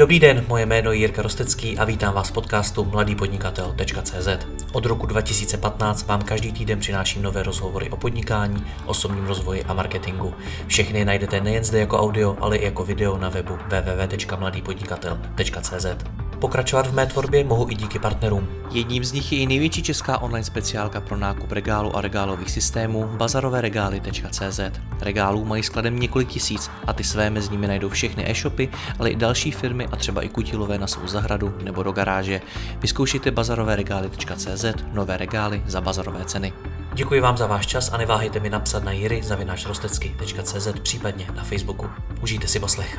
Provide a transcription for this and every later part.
Dobrý den, moje jméno je Jirka Rostecký a vítám vás v podcastu mladýpodnikatel.cz. Od roku 2015 vám každý týden přináším nové rozhovory o podnikání, osobním rozvoji a marketingu. Všechny najdete nejen zde jako audio, ale i jako video na webu www.mladýpodnikatel.cz. Pokračovat v mé tvorbě mohu i díky partnerům. Jedním z nich je i největší česká online speciálka pro nákup regálu a regálových systémů bazaroveregály.cz. Regálů mají skladem několik tisíc a ty své mezi nimi najdou všechny e-shopy, ale i další firmy a třeba i kutilové na svou zahradu nebo do garáže. Vyzkoušejte bazaroveregály.cz, nové regály za bazarové ceny. Děkuji vám za váš čas a neváhejte mi napsat na jiry@rostecky.cz, případně na Facebooku. Užijte si poslech.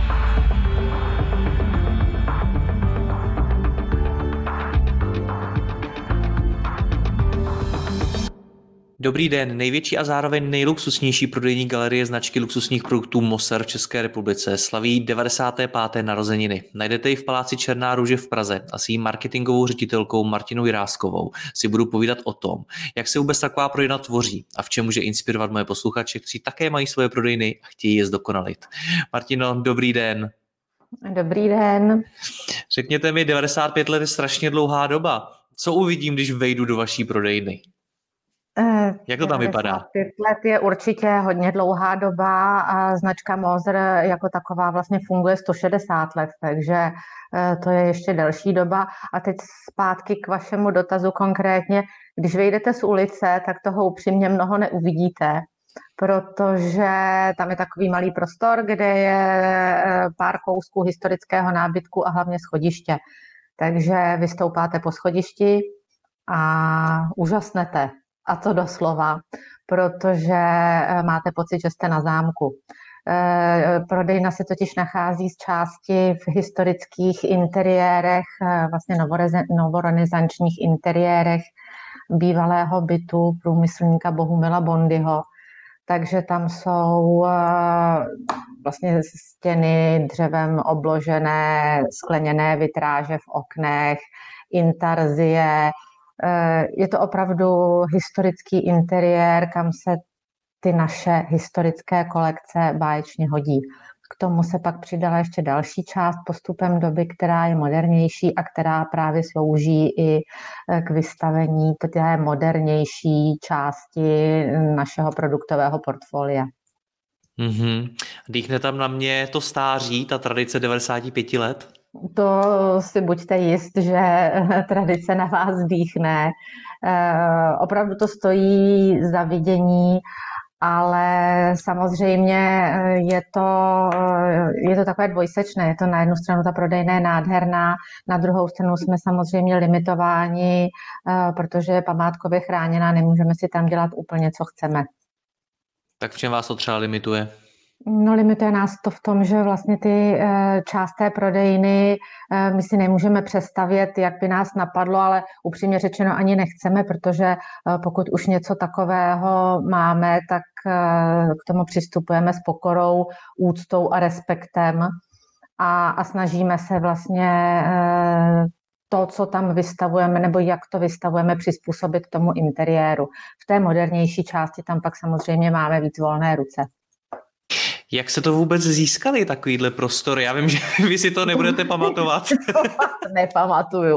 Dobrý den, největší a zároveň nejluxusnější prodejní galerie značky luxusních produktů Moser v České republice slaví 95. narozeniny. Najdete ji v Paláci Černá růže v Praze a s její marketingovou ředitelkou Martinou Jiráskovou si budu povídat o tom, jak se vůbec taková prodejna tvoří a v čem může inspirovat moje posluchače, kteří také mají svoje prodejny a chtějí je zdokonalit. Martino, dobrý den. Dobrý den. Řekněte mi, 95 let je strašně dlouhá doba. Co uvidím, když vejdu do vaší prodejny? Jak to tam vypadá? 5 let je určitě hodně dlouhá doba a značka Moser jako taková vlastně funguje 160 let, takže to je ještě delší doba. A teď zpátky k vašemu dotazu konkrétně. Když vejdete z ulice, tak toho upřímně mnoho neuvidíte, protože tam je takový malý prostor, kde je pár kousků historického nábytku a hlavně schodiště. Takže vystoupáte po schodišti a úžasnete. A to doslova, protože máte pocit, že jste na zámku. Prodejna se totiž nachází z části v historických interiérech, vlastně novorenesančních interiérech bývalého bytu průmyslníka Bohumila Bondyho. Takže tam jsou vlastně stěny dřevem obložené, skleněné vitráže v oknech, intarzie. Je to opravdu historický interiér, kam se ty naše historické kolekce báječně hodí. K tomu se pak přidala ještě další část postupem doby, která je modernější a která právě slouží i k vystavení té modernější části našeho produktového portfolia. Dýchne tam na mě to stáří, ta tradice 95 let? To si buďte jist, že tradice na vás dýchne. Opravdu to stojí za vidění, ale samozřejmě je to takové dvojsečné. Je to na jednu stranu ta prodejna je nádherná, na druhou stranu jsme samozřejmě limitováni, protože je památkově chráněná, nemůžeme si tam dělat úplně, co chceme. Tak v čem vás to třeba limituje? No, limituje nás to v tom, že vlastně ty část té prodejny my si nemůžeme představět, jak by nás napadlo, ale upřímně řečeno ani nechceme, protože pokud už něco takového máme, tak k tomu přistupujeme s pokorou, úctou a respektem a snažíme se vlastně to, co tam vystavujeme, nebo jak to vystavujeme, přizpůsobit tomu interiéru. V té modernější části tam pak samozřejmě máme víc volné ruce. Jak se to vůbec získali, takovýhle prostor? Já vím, že vy si to nebudete pamatovat. Nepamatuju.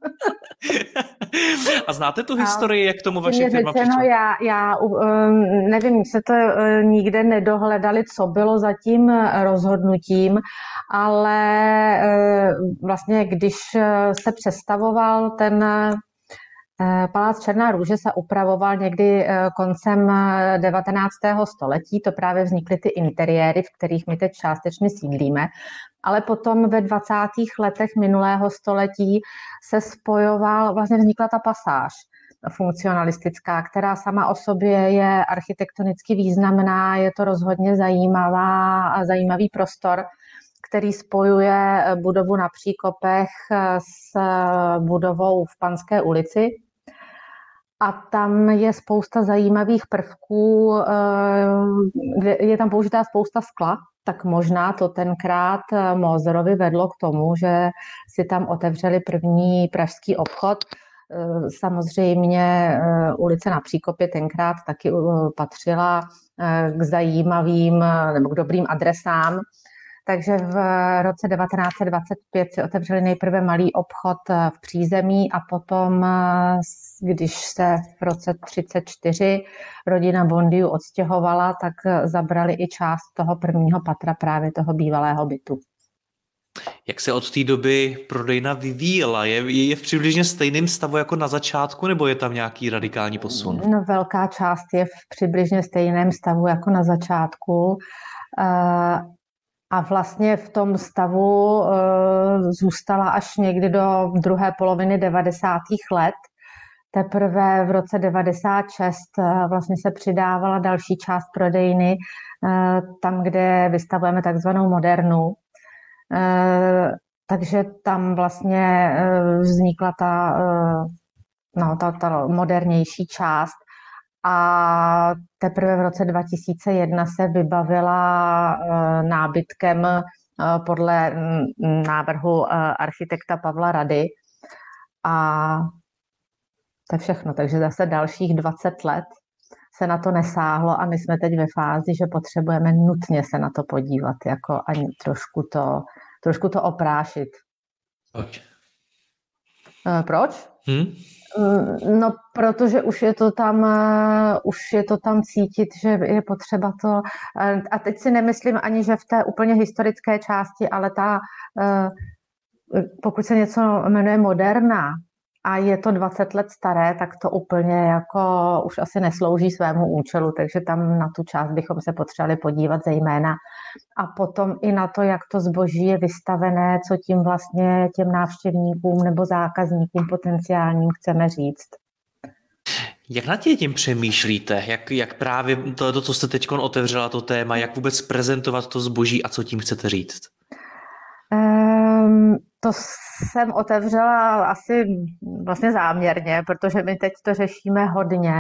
A znáte tu historii, jak tomu vaše firma přišla? Já nevím, se to nikde nedohledali, co bylo za tím rozhodnutím, ale vlastně když se přestavoval ten Palác Černá růže, se upravoval někdy koncem 19. století, to právě vznikly ty interiéry, v kterých my teď částečně sídlíme, ale potom ve 20. letech minulého století se vlastně vznikla ta pasáž funkcionalistická, která sama o sobě je architektonicky významná, je to rozhodně zajímavý prostor, který spojuje budovu na Příkopech s budovou v Panské ulici. A tam je spousta zajímavých prvků, je tam použitá spousta skla, tak možná to tenkrát Moserovi vedlo k tomu, že si tam otevřeli první pražský obchod. Samozřejmě ulice na Příkopě tenkrát taky patřila k zajímavým nebo k dobrým adresám. takže v roce 1925 si otevřeli nejprve malý obchod v přízemí a potom, když se v roce 1934 rodina Bondiů odstěhovala, tak zabrali i část toho prvního patra právě toho bývalého bytu. Jak se od té doby prodejna vyvíjela? Je v přibližně stejném stavu jako na začátku, nebo je tam nějaký radikální posun? No, velká část je v přibližně stejném stavu jako na začátku. A vlastně v tom stavu zůstala až někdy do druhé poloviny 90. let. Teprve v roce 96 vlastně se přidávala další část prodejny, tam, kde vystavujeme takzvanou modernu. Takže tam vlastně vznikla ta modernější část a teprve v roce 2001 se vybavila nábytkem podle návrhu architekta Pavla Rady a to je všechno. Takže zase dalších 20 let se na to nesáhlo a my jsme teď ve fázi, že potřebujeme nutně se na to podívat, jako ani trošku to oprášit. Proč? Proč? No, protože už je to tam cítit, že je potřeba to. A teď si nemyslím ani, že v té úplně historické části, ale pokud se něco jmenuje moderna a je to 20 let staré, tak to úplně jako už asi neslouží svému účelu, takže tam na tu část bychom se potřebovali podívat zejména. A potom i na to, jak to zboží je vystavené, co tím vlastně těm návštěvníkům nebo zákazníkům potenciálním chceme říct. Jak nad tím přemýšlíte? Jak právě to, co jste teď otevřela, to téma, jak vůbec prezentovat to zboží a co tím chcete říct? To jsem otevřela asi vlastně záměrně, protože my teď to řešíme hodně.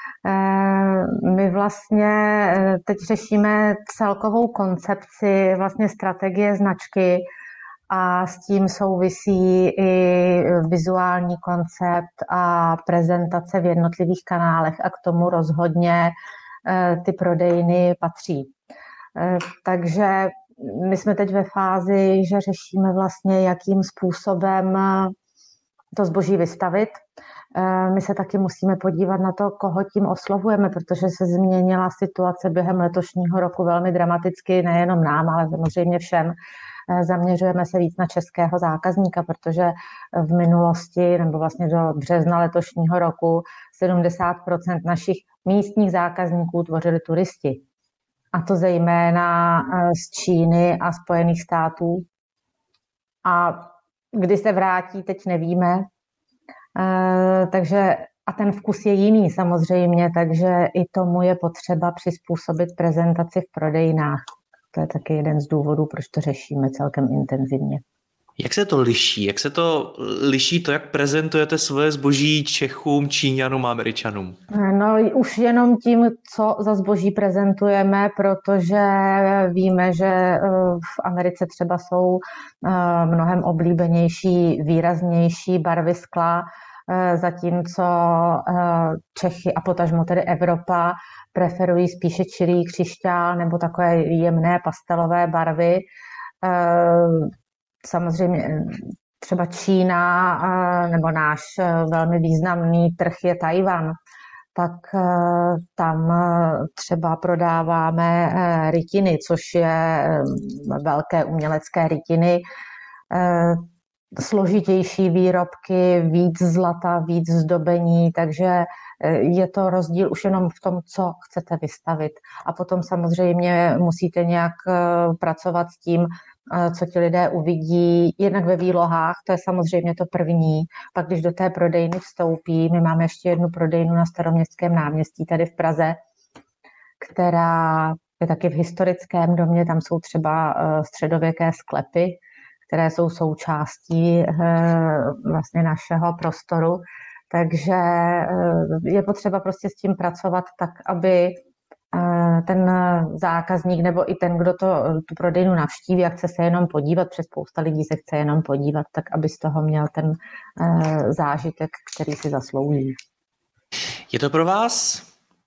My vlastně teď řešíme celkovou koncepci vlastně strategie značky a s tím souvisí i vizuální koncept a prezentace v jednotlivých kanálech a k tomu rozhodně ty prodejny patří. Takže my jsme teď ve fázi, že řešíme vlastně, jakým způsobem to zboží vystavit. My se taky musíme podívat na to, koho tím oslovujeme, protože se změnila situace během letošního roku velmi dramaticky, nejenom nám, ale samozřejmě všem. Zaměřujeme se víc na českého zákazníka, protože v minulosti, nebo vlastně do března letošního roku, 70% našich místních zákazníků tvořili turisti. A to zejména z Číny a Spojených států. A kdy se vrátí, teď nevíme. Takže a ten vkus je jiný samozřejmě, takže i tomu je potřeba přizpůsobit prezentaci v prodejnách. To je taky jeden z důvodů, proč to řešíme celkem intenzivně. Jak se to liší? Jak se to liší to, jak prezentujete svoje zboží Čechům, Číňanům a Američanům? No už jenom tím, co za zboží prezentujeme, protože víme, že v Americe třeba jsou mnohem oblíbenější, výraznější barvy skla, zatímco Čechy a potažmo tedy Evropa preferují spíše čirý křišťál nebo takové jemné pastelové barvy. Samozřejmě třeba Čína nebo náš velmi významný trh je Tajvan, tak tam třeba prodáváme rytiny, což je velké umělecké rytiny, složitější výrobky, víc zlata, víc zdobení, takže je to rozdíl už jenom v tom, co chcete vystavit. A potom samozřejmě musíte nějak pracovat s tím, co ti lidé uvidí, jednak ve výlohách, to je samozřejmě to první. Pak, když do té prodejny vstoupí, my máme ještě jednu prodejnu na Staroměstském náměstí tady v Praze, která je taky v historickém domě, tam jsou třeba středověké sklepy, které jsou součástí vlastně našeho prostoru. Takže je potřeba prostě s tím pracovat tak, aby ten zákazník nebo i ten, kdo tu prodejnu navštíví a chce se jenom podívat, přes spousta lidí se chce jenom podívat, tak aby z toho měl ten zážitek, který si zaslouží. Je to pro vás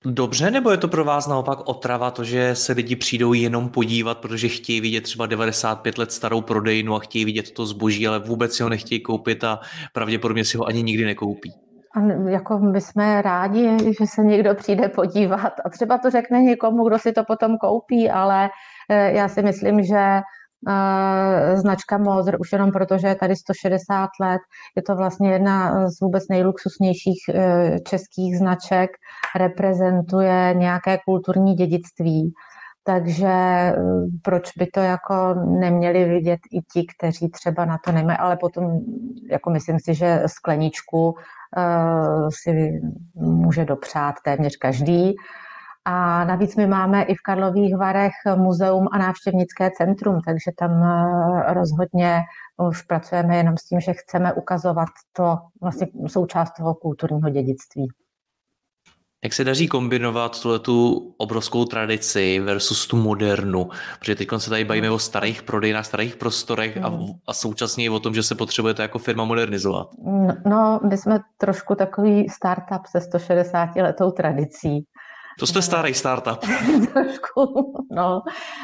dobře, nebo je to pro vás naopak otrava, to, že se lidi přijdou jenom podívat, protože chtějí vidět třeba 95 let starou prodejnu a chtějí vidět to zboží, ale vůbec si ho nechtějí koupit a pravděpodobně si ho ani nikdy nekoupí? A jako my jsme rádi, že se někdo přijde podívat a třeba to řekne někomu, kdo si to potom koupí, ale já si myslím, že značka Moser už jenom proto, že je tady 160 let, je to vlastně jedna z vůbec nejluxusnějších českých značek, reprezentuje nějaké kulturní dědictví. Takže proč by to jako neměli vidět i ti, kteří třeba na to nemají, ale potom jako myslím si, že skleničku si může dopřát téměř každý. A navíc my máme i v Karlových Varech muzeum a návštěvnické centrum, takže tam rozhodně už pracujeme jenom s tím, že chceme ukazovat to vlastně součást toho kulturního dědictví. Jak se daří kombinovat tu obrovskou tradici versus tu modernu? Protože teď se tady bavíme o starých prodejnách, starých prostorech a současně i o tom, že se potřebujete jako firma modernizovat. No, my jsme trošku takový startup se 160 letou tradicí. To jste starý startup. Trošku, no.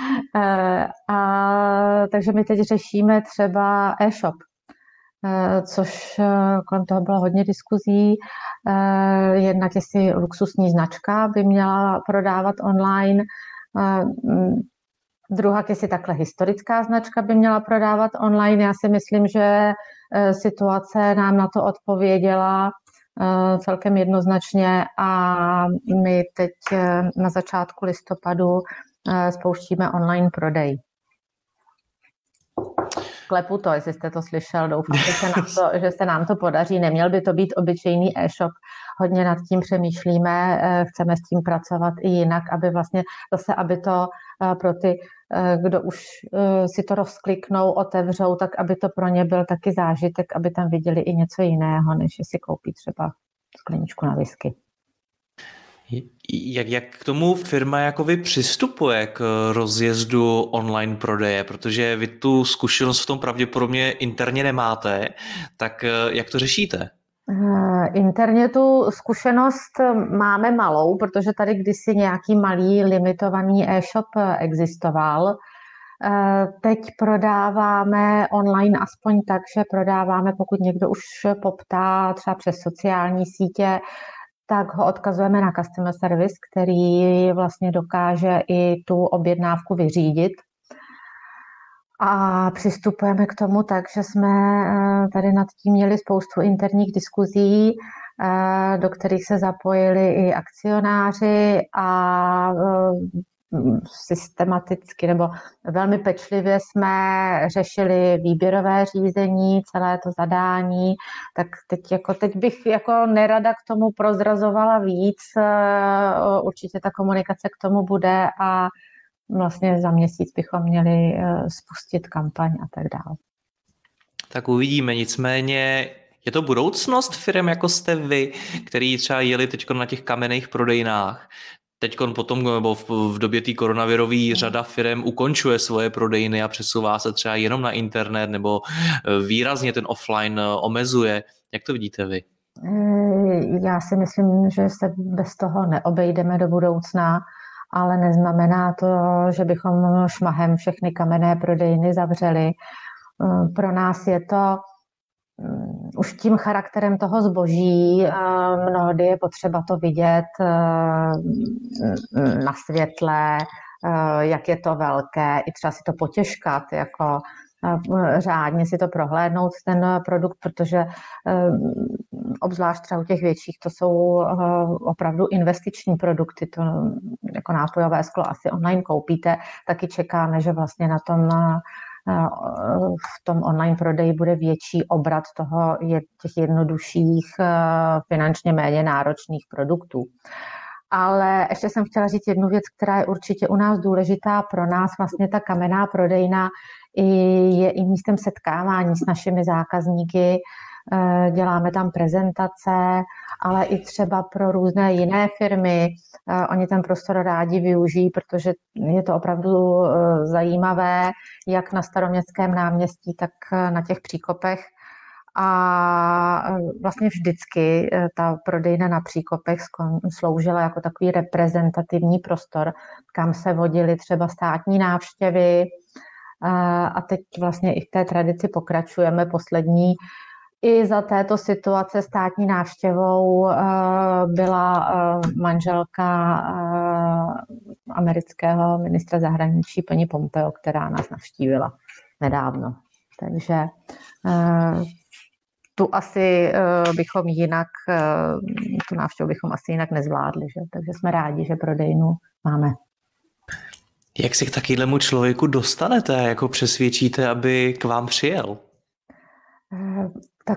Takže my teď řešíme třeba e-shop, což kolem toho bylo hodně diskuzí. Jednak jestli luxusní značka by měla prodávat online, druhá, jestli takhle historická značka by měla prodávat online. Já si myslím, že situace nám na to odpověděla celkem jednoznačně a my teď na začátku listopadu spouštíme online prodej. Klepu to, jestli jste to slyšel, doufám, že se nám to podaří. Neměl by to být obyčejný e-shop. Hodně nad tím přemýšlíme, chceme s tím pracovat i jinak, aby vlastně zase, aby to pro ty, kdo už si to rozkliknou, otevřou, tak aby to pro ně byl taky zážitek, aby tam viděli i něco jiného, než si koupí třeba skleničku na whisky. Jak k tomu firma jako vy přistupuje k rozjezdu online prodeje, protože vy tu zkušenost v tom pravděpodobně interně nemáte, tak jak to řešíte? Interně tu zkušenost máme malou, protože tady kdysi nějaký malý limitovaný e-shop existoval. Teď prodáváme online aspoň tak, že prodáváme, pokud někdo už poptá třeba přes sociální sítě, tak ho odkazujeme na customer service, který vlastně dokáže i tu objednávku vyřídit. A přistupujeme k tomu tak, že jsme tady nad tím měli spoustu interních diskuzí, do kterých se zapojili i akcionáři a systematicky nebo velmi pečlivě jsme řešili výběrové řízení, celé to zadání, tak teď bych jako nerada k tomu prozrazovala víc, určitě ta komunikace k tomu bude a vlastně za měsíc bychom měli spustit kampaň a tak dále. Tak uvidíme, nicméně je to budoucnost firem, jako jste vy, který třeba jeli teď na těch kamenných prodejnách. Teď potom, nebo v době té koronavirové řada firem ukončuje svoje prodejny a přesouvá se třeba jenom na internet nebo výrazně ten offline omezuje. Jak to vidíte vy? Já si myslím, že se bez toho neobejdeme do budoucna, ale neznamená to, že bychom šmahem všechny kamenné prodejny zavřeli. Pro nás je to už tím charakterem toho zboží, mnohdy je potřeba to vidět na světle, jak je to velké, i třeba si to potěžkat, jako řádně si to prohlédnout, ten produkt, protože obzvlášť třeba u těch větších, to jsou opravdu investiční produkty, to jako nápojové sklo asi online koupíte, taky čekáme, že vlastně na tom v tom online prodeji bude větší obrat těch jednodušších, finančně méně náročných produktů. Ale ještě jsem chtěla říct jednu věc, která je určitě u nás důležitá. Pro nás vlastně ta kamenná prodejna je i místem setkávání s našimi zákazníky. Děláme tam prezentace, ale i třeba pro různé jiné firmy. Oni ten prostor rádi využijí, protože je to opravdu zajímavé, jak na Staroměstském náměstí, tak na těch příkopech. A vlastně vždycky ta prodejna na Příkopech sloužila jako takový reprezentativní prostor, kam se vodily třeba státní návštěvy. A teď vlastně i v té tradici pokračujeme poslední. I za této situace státní návštěvou byla manželka amerického ministra zahraničí paní Pompeo, která nás navštívila nedávno. Takže tu asi bychom jinak, tu návštěvu bychom asi jinak nezvládli, že? Takže jsme rádi, že prodejnu máme. Jak se k takovému člověku dostanete? Jako přesvědčíte, aby k vám přijel? Tak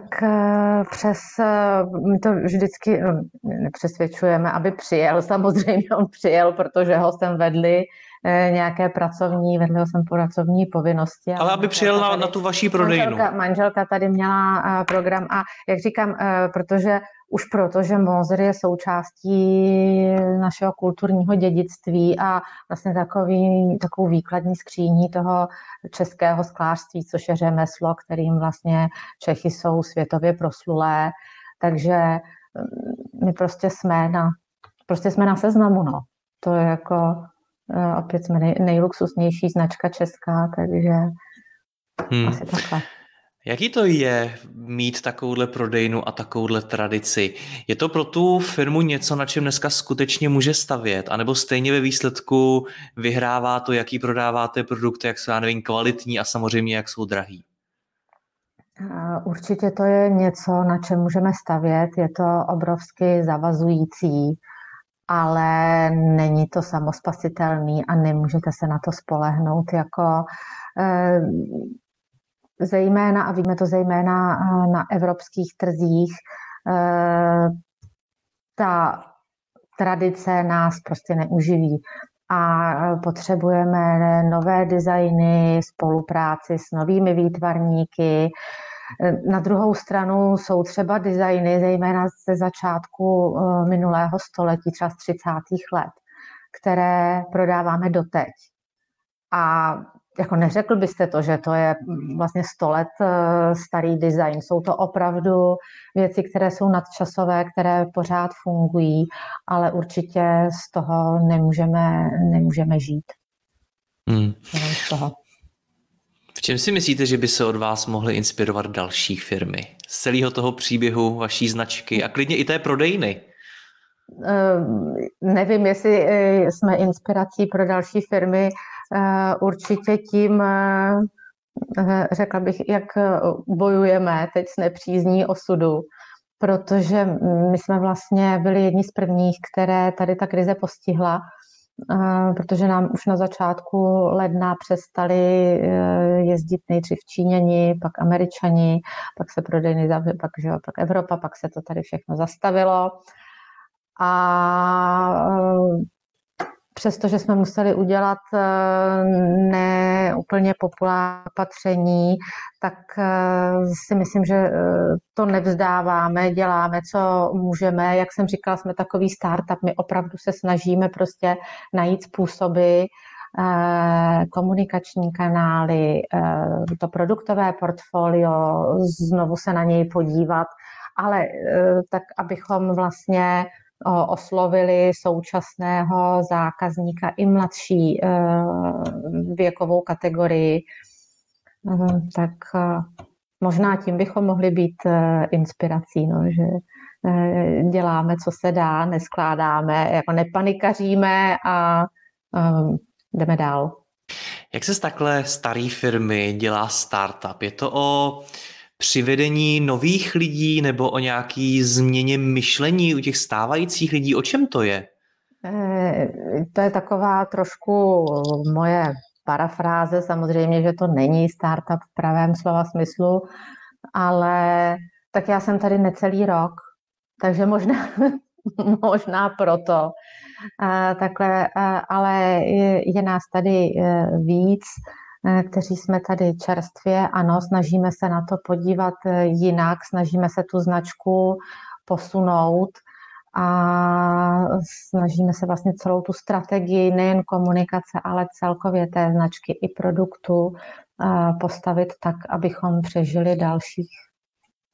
my to vždycky nepřesvědčujeme, aby přijel. Samozřejmě on přijel, protože ho sem vedli vedli ho sem pracovní povinnosti. Ale aby přijel na tu vaší prodejnu. Manželka tady měla program a jak říkám, protože Moser je součástí našeho kulturního dědictví a vlastně takovou výkladní skříní toho českého sklářství, což je řemeslo, kterým vlastně Čechy jsou světově proslulé. Takže my prostě jsme na seznamu, no. To je jako opět jsme nejluxusnější značka česká, takže asi takhle. Jaký to je mít takovouhle prodejnu a takovouhle tradici? Je to pro tu firmu něco, na čem dneska skutečně může stavět? A nebo stejně ve výsledku vyhrává to, jaký prodáváte produkty, jak jsou, kvalitní a samozřejmě jak jsou drahý? Určitě to je něco, na čem můžeme stavět. Je to obrovsky zavazující, ale není to samospasitelný a nemůžete se na to spolehnout jako zejména, a víme to zejména na evropských trzích, ta tradice nás prostě neuživí. A potřebujeme nové designy, spolupráci s novými výtvarníky. Na druhou stranu jsou třeba designy, zejména ze začátku minulého století, třeba z 30. let, které prodáváme doteď. A jako neřekl byste to, že to je vlastně 100 let starý design. Jsou to opravdu věci, které jsou nadčasové, které pořád fungují, ale určitě z toho nemůžeme žít. Z toho. V čem si myslíte, že by se od vás mohly inspirovat další firmy? Z celého toho příběhu vaší značky a klidně i té prodejny? Nevím, jestli jsme inspirací pro další firmy. Určitě tím, řekla bych, jak bojujeme teď s nepřízní osudu, protože my jsme vlastně byli jedni z prvních, které tady ta krize postihla, protože nám už na začátku ledna přestali jezdit nejdřív Číňani, pak Američani, pak se prodejny zavřely, pak Evropa, pak se to tady všechno zastavilo. A přestože jsme museli udělat neúplně populární opatření, tak si myslím, že to nevzdáváme, děláme, co můžeme. Jak jsem říkala, jsme takový startup, my opravdu se snažíme prostě najít způsoby, komunikační kanály, to produktové portfolio, znovu se na něj podívat, ale tak, abychom vlastně oslovili současného zákazníka i mladší věkovou kategorii, tak možná tím bychom mohli být inspirací, no, že děláme, co se dá, neskládáme, jako nepanikaříme a jdeme dál. Jak se z takhle staré firmy dělá startup? Je to o přivedení nových lidí nebo o nějaký změně myšlení u těch stávajících lidí? O čem to je? To je taková trošku moje parafráze. Samozřejmě, že to není startup v pravém slova smyslu, ale tak já jsem tady necelý rok, takže možná proto. Takhle, ale je nás tady víc, kteří jsme tady čerstvě. Ano, snažíme se na to podívat jinak, snažíme se tu značku posunout a snažíme se vlastně celou tu strategii, nejen komunikace, ale celkově té značky i produktu postavit tak, abychom přežili dalších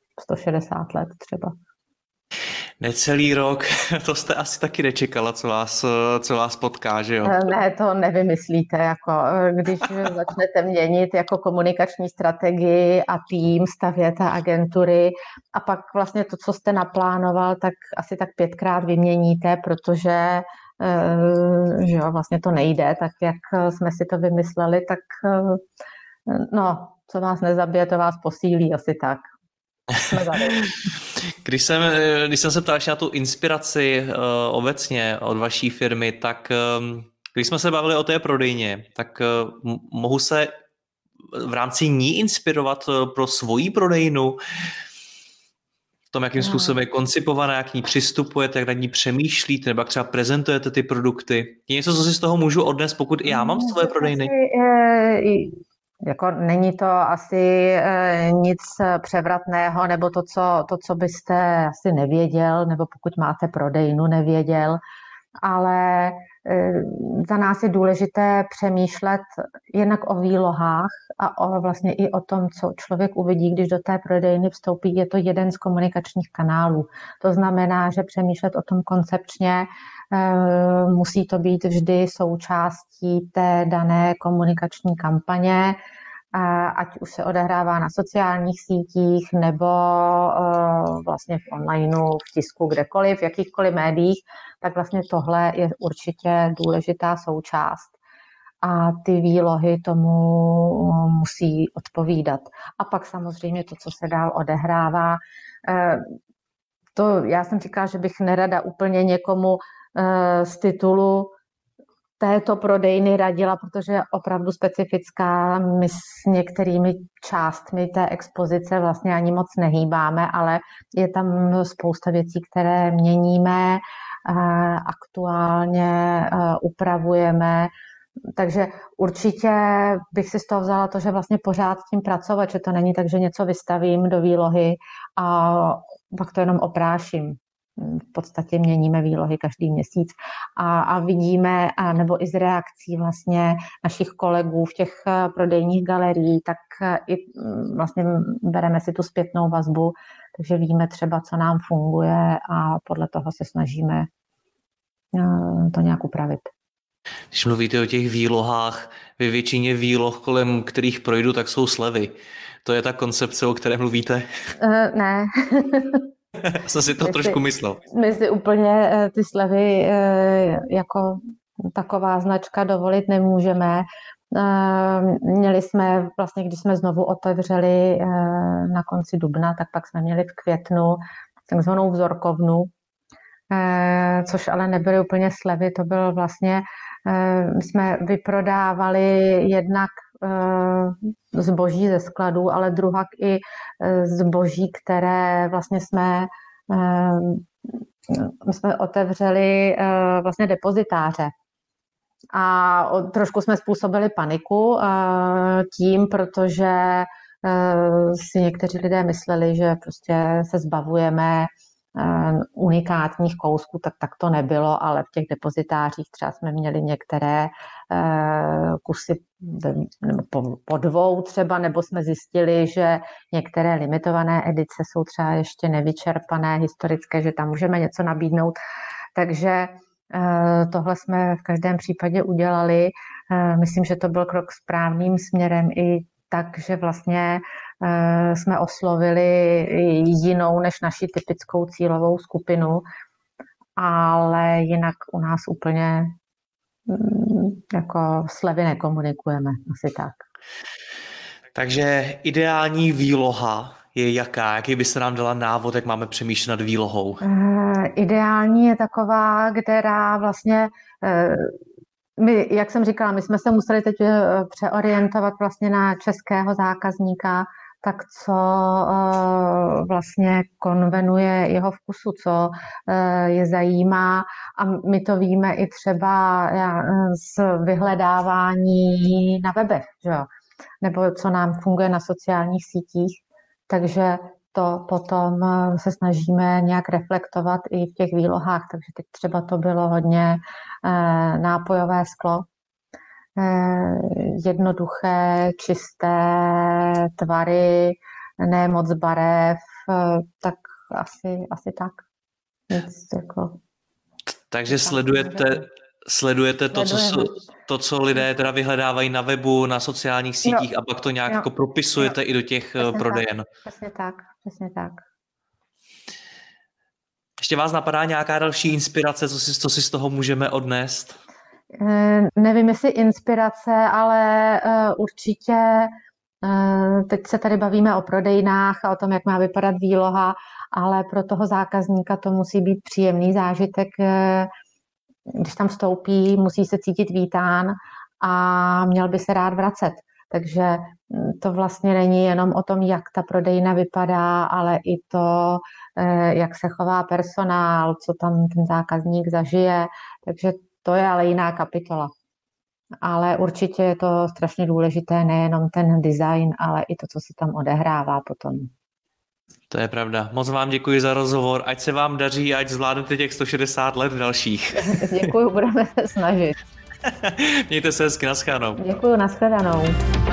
160 let třeba. Necelý rok, to jste asi taky nečekala, co vás potká, že jo? Ne, to nevymyslíte, jako když začnete měnit jako komunikační strategii a tým, stavěte agentury a pak vlastně to, co jste naplánoval, tak asi tak 5krát vyměníte, protože že jo, vlastně to nejde, tak jak jsme si to vymysleli, tak no, co vás nezabije, to vás posílí, asi tak. Jsme tady. Když jsem se ptal ještě na tu inspiraci obecně od vaší firmy, tak když jsme se bavili o té prodejně, tak mohu se v rámci ní inspirovat pro svoji prodejnu? V tom, jakým způsobem je koncipovaná, jak k ní přistupujete, jak na ní přemýšlíte, nebo jak třeba prezentujete ty produkty. Je něco, co si z toho můžu odnést, pokud i já mám svoje prodejny? Jako není to asi nic převratného, nebo to, co byste asi nevěděl, nebo pokud máte prodejnu, nevěděl, ale za nás je důležité přemýšlet jednak o výlohách a vlastně i o tom, co člověk uvidí, když do té prodejny vstoupí. Je to jeden z komunikačních kanálů. To znamená, že přemýšlet o tom koncepčně, musí to být vždy součástí té dané komunikační kampaně, ať už se odehrává na sociálních sítích nebo vlastně v onlineu, v tisku, kdekoliv, v jakýchkoliv médiích, tak vlastně tohle je určitě důležitá součást. A ty výlohy tomu musí odpovídat. A pak samozřejmě to, co se dál odehrává. To já jsem říkala, že bych nerada úplně někomu z titulu této prodejny radila, protože je opravdu specifická. My s některými částmi té expozice vlastně ani moc nehýbáme, ale je tam spousta věcí, které měníme, aktuálně upravujeme. Takže určitě bych si z toho vzala to, že vlastně pořád s tím pracovat, že to není tak, že něco vystavím do výlohy a pak to jenom opráším. V podstatě měníme výlohy každý měsíc a vidíme, nebo i z reakcí vlastně našich kolegů v těch prodejních galerií, tak i vlastně bereme si tu zpětnou vazbu, takže víme třeba, co nám funguje a podle toho se snažíme to nějak upravit. Když mluvíte o těch výlohách, ve většině výloh, kolem kterých projdu, tak jsou slevy. To je ta koncepce, o které mluvíte? Ne. Jsem si to trošku myslel. My si úplně ty slevy jako taková značka dovolit nemůžeme. Měli jsme vlastně, když jsme znovu otevřeli na konci dubna, tak pak jsme měli v květnu takzvanou vzorkovnu, což ale nebyly úplně slevy, to bylo vlastně, my jsme vyprodávali jednak zboží ze skladů, ale druhak i zboží, které vlastně jsme otevřeli vlastně depozitáře. A trošku jsme způsobili paniku tím, protože si někteří lidé mysleli, že prostě se zbavujeme unikátních kousků, tak to nebylo, ale v těch depozitářích třeba jsme měli některé kusy po dvou třeba, nebo jsme zjistili, že některé limitované edice jsou třeba ještě nevyčerpané, historické, že tam můžeme něco nabídnout. Takže tohle jsme v každém případě udělali. Myslím, že to byl krok správným směrem i tak, že vlastně jsme oslovili jinou než naši typickou cílovou skupinu, ale jinak u nás úplně jako slevy nekomunikujeme, asi tak. Takže ideální výloha je jaká? Jaký byste nám dala návod, jak máme přemýšlet nad výlohou? Ideální je taková, která vlastně my, jak jsem říkala, my jsme se museli teď přeorientovat vlastně na českého zákazníka, tak co vlastně konvenuje jeho vkusu, co je zajímá a my to víme i třeba z vyhledávání na webech, že jo? Nebo co nám funguje na sociálních sítích, takže to potom se snažíme nějak reflektovat i v těch výlohách, takže teď třeba to bylo hodně nápojové sklo, jednoduché, čisté tvary, ne moc barev, tak asi tak. Nic jako... Takže sledujete to, co lidé teda vyhledávají na webu, na sociálních sítích a pak to nějak jako propisujete i do těch prodejen. Přesně tak. Ještě vás napadá nějaká další inspirace, co si z toho můžeme odnést? Nevím, jestli inspirace, ale určitě teď se tady bavíme o prodejnách a o tom, jak má vypadat výloha, ale pro toho zákazníka to musí být příjemný zážitek. Když tam vstoupí, musí se cítit vítán a měl by se rád vracet. Takže to vlastně není jenom o tom, jak ta prodejna vypadá, ale i to, jak se chová personál, co tam ten zákazník zažije. Takže to je ale jiná kapitola. Ale určitě je to strašně důležité, nejenom ten design, ale i to, co se tam odehrává potom. To je pravda. Moc vám děkuji za rozhovor. Ať se vám daří, ať zvládnete těch 160 let dalších. Děkuji, budeme se snažit. Mějte se hezky, nashledanou. Děkuji, nashledanou.